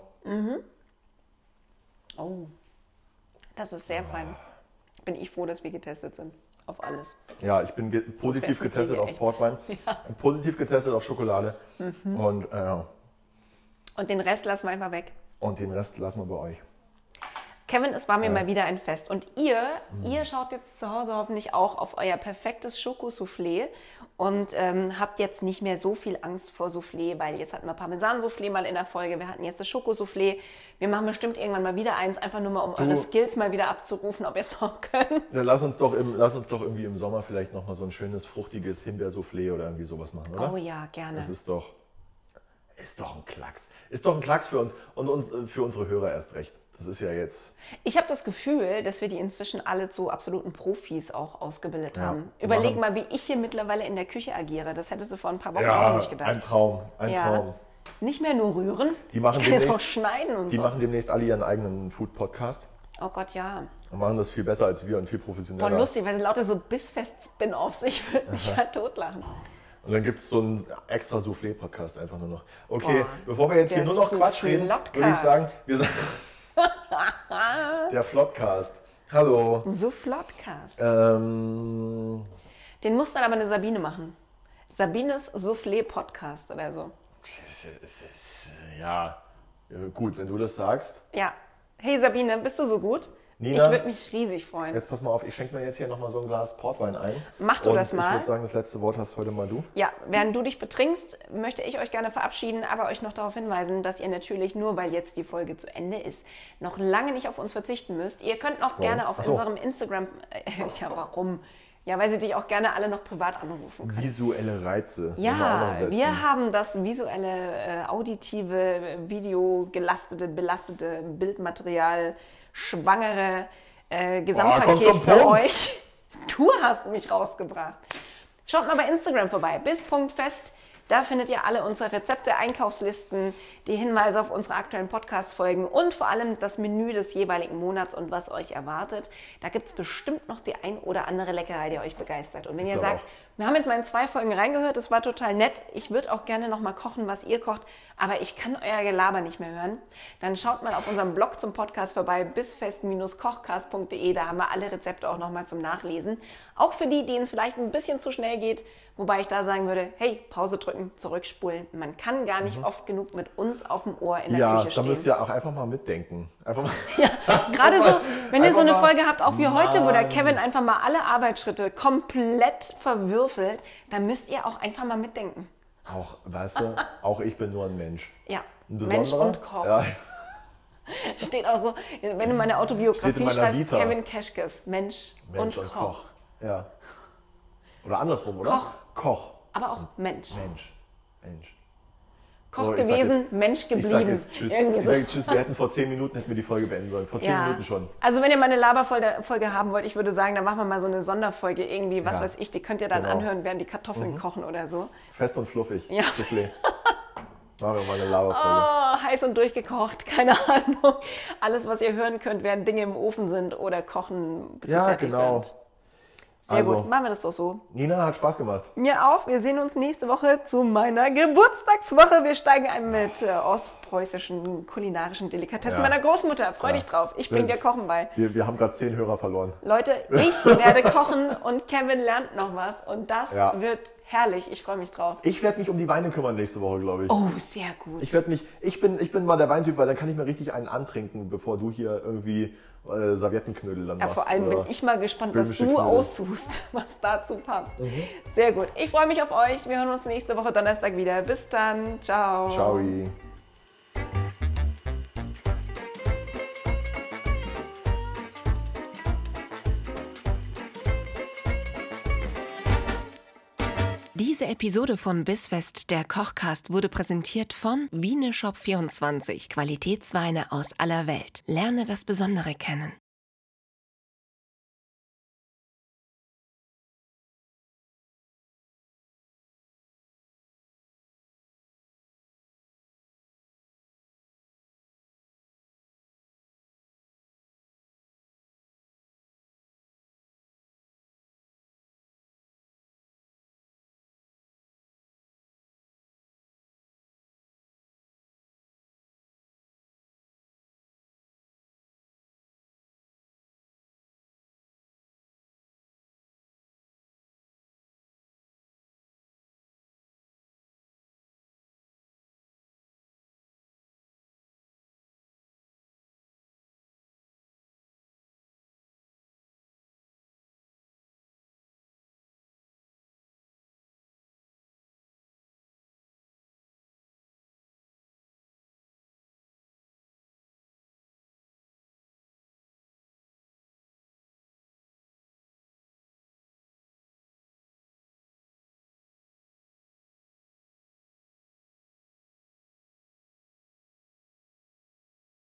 Oh, das ist sehr fein. Bin ich froh, dass wir getestet sind. Auf alles. Ja, ich bin ge positiv wär's mit dir getestet hier auf echt. Portwein, positiv getestet auf Schokolade Mhm. und, äh, Und den Rest lassen wir einfach weg. und den Rest lassen wir bei euch. Kevin, es war mir mal wieder ein Fest. Und ihr, Mhm. ihr schaut jetzt zu Hause hoffentlich auch auf euer perfektes Schokosoufflé und ähm, habt jetzt nicht mehr so viel Angst vor Soufflé, weil jetzt hatten wir Parmesan-Soufflé mal in der Folge, wir hatten jetzt das Schokosoufflé. Wir machen bestimmt irgendwann mal wieder eins, einfach nur mal, um eure Skills mal wieder abzurufen, ob ihr es noch könnt. Ja, lass uns doch im, lass uns doch irgendwie im Sommer vielleicht noch mal so ein schönes, fruchtiges Himbeersoufflé oder irgendwie sowas machen, oder? Oh ja, gerne. Das ist doch, ist doch ein Klacks. Ist doch ein Klacks für uns und uns, äh, für unsere Hörer erst recht. Das ist ja jetzt... Ich habe das Gefühl, dass wir die inzwischen alle zu absoluten Profis auch ausgebildet Ja, haben. die Überleg machen- mal, wie ich hier mittlerweile in der Küche agiere. Das hättest du vor ein paar Wochen auch Ja, nicht gedacht. ein Traum, ein Ja. Traum. Nicht mehr nur rühren, Die machen ich kann jetzt auch demnächst- schneiden und Die so. machen demnächst alle ihren eigenen Food-Podcast Oh Gott, ja. und machen das viel besser als wir und viel Boah, professioneller. lustig, weil es lauter so Bissfest-Spin-Offs. Ich würde mich ja totlachen. Und dann gibt es so einen extra Soufflé-Podcast einfach nur noch. Okay, Boah, bevor wir jetzt hier der nur noch Quatsch reden, würde ich Soufflotcast. sagen, wir sagen der Flotcast. Hallo. So Flottcast. Ähm, Den muss dann aber eine Sabine machen. Sabines Soufflé-Podcast oder so. es ist, es ist, ja, äh, gut, wenn du das sagst. Ja. Hey Sabine, bist du so gut? Nina? Ich würde mich riesig freuen. Jetzt pass mal auf, ich schenke mir jetzt hier nochmal so ein Glas Portwein ein. Mach du Und das mal. Ich würde sagen, das letzte Wort hast heute mal du. Ja, während du dich betrinkst, möchte ich euch gerne verabschieden, aber euch noch darauf hinweisen, dass ihr natürlich nur, weil jetzt die Folge zu Ende ist, noch lange nicht auf uns verzichten müsst. Ihr könnt auch gerne auf Ach so. unserem Instagram, äh, ja, warum? Ja, weil sie dich auch gerne alle noch privat anrufen können. Visuelle Reize. wollen wir auch noch Ja, setzen. wir haben das visuelle, äh, auditive, Video gelastete, belastete Bildmaterial, schwangere äh, kommt Gesamtpaket zum für Punkt. euch. Du hast mich rausgebracht. Schaut mal bei Instagram vorbei, bis.fest. Da findet ihr alle unsere Rezepte, Einkaufslisten, die Hinweise auf unsere aktuellen Podcast-Folgen und vor allem das Menü des jeweiligen Monats und was euch erwartet. Da gibt es bestimmt noch die ein oder andere Leckerei, die euch begeistert. Und wenn ihr glaube sagt, auch. wir haben jetzt mal in zwei Folgen reingehört, das war total nett, ich würde auch gerne noch mal kochen, was ihr kocht, aber ich kann euer Gelaber nicht mehr hören, dann schaut mal auf unserem Blog zum Podcast vorbei, bisfest kochcast punkt de, da haben wir alle Rezepte auch noch mal zum Nachlesen. Auch für die, denen es vielleicht ein bisschen zu schnell geht, wobei ich da sagen würde, hey, Pause drücken, zurückspulen. Man kann gar nicht oft genug mit uns auf dem Ohr in der Ja, Küche da stehen. müsst ihr auch einfach mal mitdenken. Einfach mal. Gerade so, wenn ihr so eine Einfach mal- Folge habt, auch wie heute, wo der Kevin einfach mal alle Arbeitsschritte komplett verwürfelt, dann müsst ihr auch einfach mal mitdenken. Auch, weißt du, auch ich bin nur ein Mensch. Ja, Ein Mensch besonderer. und Koch. Ja, Steht auch so, wenn du meine Steht Autobiografie in meiner schreibst, Vita. Kevin Keschkes, Mensch, Mensch und, Koch. Ja. Oder andersrum, oder? Koch. Koch. Aber auch Mensch. Mensch. Mensch. Koch So, ich sag gewesen, jetzt- Mensch Ich sage geblieben. jetzt Tschüss. Irgendwie Ich so. sag jetzt Tschüss. Wir hätten vor zehn Minuten hätten wir die Folge beenden sollen. Vor zehn Ja. Minuten schon. Also wenn ihr mal eine Laberfolge Folge haben wollt, ich würde sagen, dann machen wir mal so eine Sonderfolge irgendwie, was Ja. weiß ich, die könnt ihr dann Genau. anhören, während die Kartoffeln kochen oder so. Fest und fluffig. Ja. Soufflé. Machen wir mal eine Laberfolge. Oh, heiß und durchgekocht, keine Ahnung. Alles, was ihr hören könnt, während Dinge im Ofen sind oder kochen, bis sie Ja, fertig genau. sind. Sehr Also- gut, machen wir das doch so. Nina, hat Spaß gemacht. Mir auch. Wir sehen uns nächste Woche zu meiner Geburtstagswoche. Wir steigen ein mit äh, ostpreußischen kulinarischen Delikatessen Ja. meiner Großmutter. Freu Ja. dich drauf. Ich bring dir Das- Kochen bei. Wir, wir haben gerade zehn Hörer verloren. Leute, ich werde kochen und Kevin lernt noch was. Und das Ja. wird herrlich. Ich freue mich drauf. Ich werde mich um die Weine kümmern nächste Woche, glaube ich. Oh, sehr gut. Ich werde mich, ich bin, ich bin mal der Weintyp, weil dann kann ich mir richtig einen antrinken, bevor du hier irgendwie äh, Serviettenknödel dann Ja, machst. vor allem bin oder- ich mal gespannt, was böhmische du Knödel. aussuchst, was dazu passt. Sehr gut. Ich freue mich auf euch. Wir hören uns nächste Woche Donnerstag wieder. Bis dann. Ciao. Ciao. Diese Episode von Bissfest, der Kochcast, wurde präsentiert von Wieneshop vierundzwanzig. Qualitätsweine aus aller Welt. Lerne das Besondere kennen.